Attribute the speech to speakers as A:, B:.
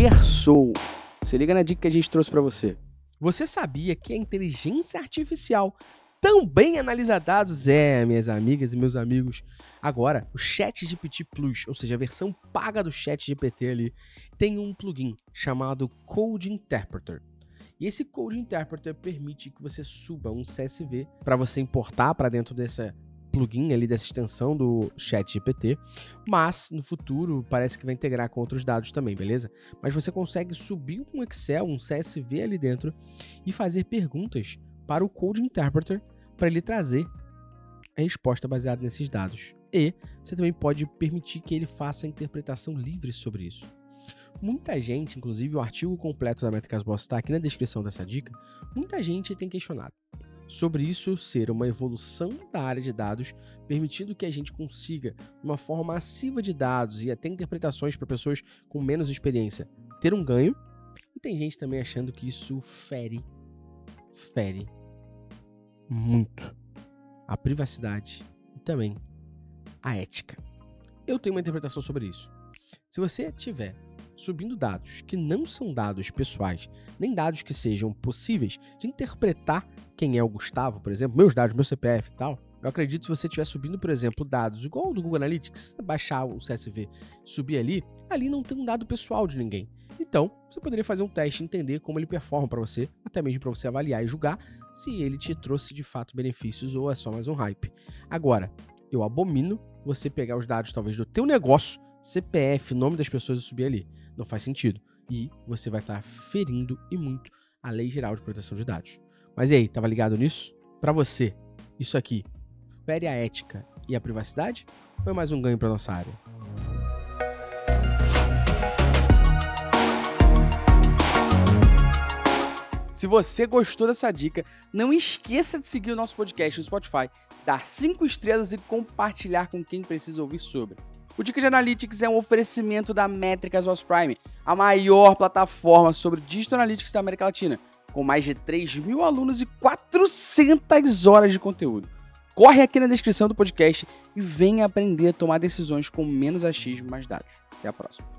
A: Terçou. Se liga na dica que a gente trouxe para você. Você sabia que a inteligência artificial também analisa dados? Minhas amigas e meus amigos. Agora, o ChatGPT Plus, ou seja, a versão paga do ChatGPT ali, tem um plugin chamado Code Interpreter. E esse Code Interpreter permite que você suba um CSV para você importar para dentro dessa plugin ali, dessa extensão do ChatGPT, mas no futuro parece que vai integrar com outros dados também, beleza? Mas você consegue subir um Excel, um CSV ali dentro e fazer perguntas para o Code Interpreter para ele trazer a resposta baseada nesses dados. E você também pode permitir que ele faça a interpretação livre sobre isso. Muita gente, inclusive o artigo completo da Métricas Boss está aqui na descrição dessa dica, muita gente tem questionado sobre isso ser uma evolução da área de dados, permitindo que a gente consiga, uma forma massiva de dados e até interpretações para pessoas com menos experiência, ter um ganho. E tem gente também achando que isso fere muito a privacidade e também a ética. Eu tenho uma interpretação sobre isso. Se você tiver subindo dados que não são dados pessoais, nem dados que sejam possíveis de interpretar quem é o Gustavo, por exemplo, meus dados, meu CPF e tal, eu acredito que se você estiver subindo, por exemplo, dados igual o do Google Analytics, baixar o CSV, subir ali não tem um dado pessoal de ninguém. Então, você poderia fazer um teste e entender como ele performa para você, até mesmo para você avaliar e julgar se ele te trouxe de fato benefícios ou é só mais um hype. Agora, eu abomino você pegar os dados talvez do teu negócio, CPF, nome das pessoas e subir ali. Não faz sentido. E você vai estar ferindo e muito a Lei Geral de Proteção de Dados. Mas e aí, tava ligado nisso? Para você, isso aqui fere a ética e a privacidade? Ou é mais um ganho para nossa área? Se você gostou dessa dica, não esqueça de seguir o nosso podcast no Spotify, dar 5 estrelas e compartilhar com quem precisa ouvir sobre. O Dica de Analytics é um oferecimento da Métricas Boss Prime, a maior plataforma sobre Digital Analytics da América Latina, com mais de 3.000 alunos e 400 horas de conteúdo. Corre aqui na descrição do podcast e venha aprender a tomar decisões com menos achismo e mais dados. Até a próxima.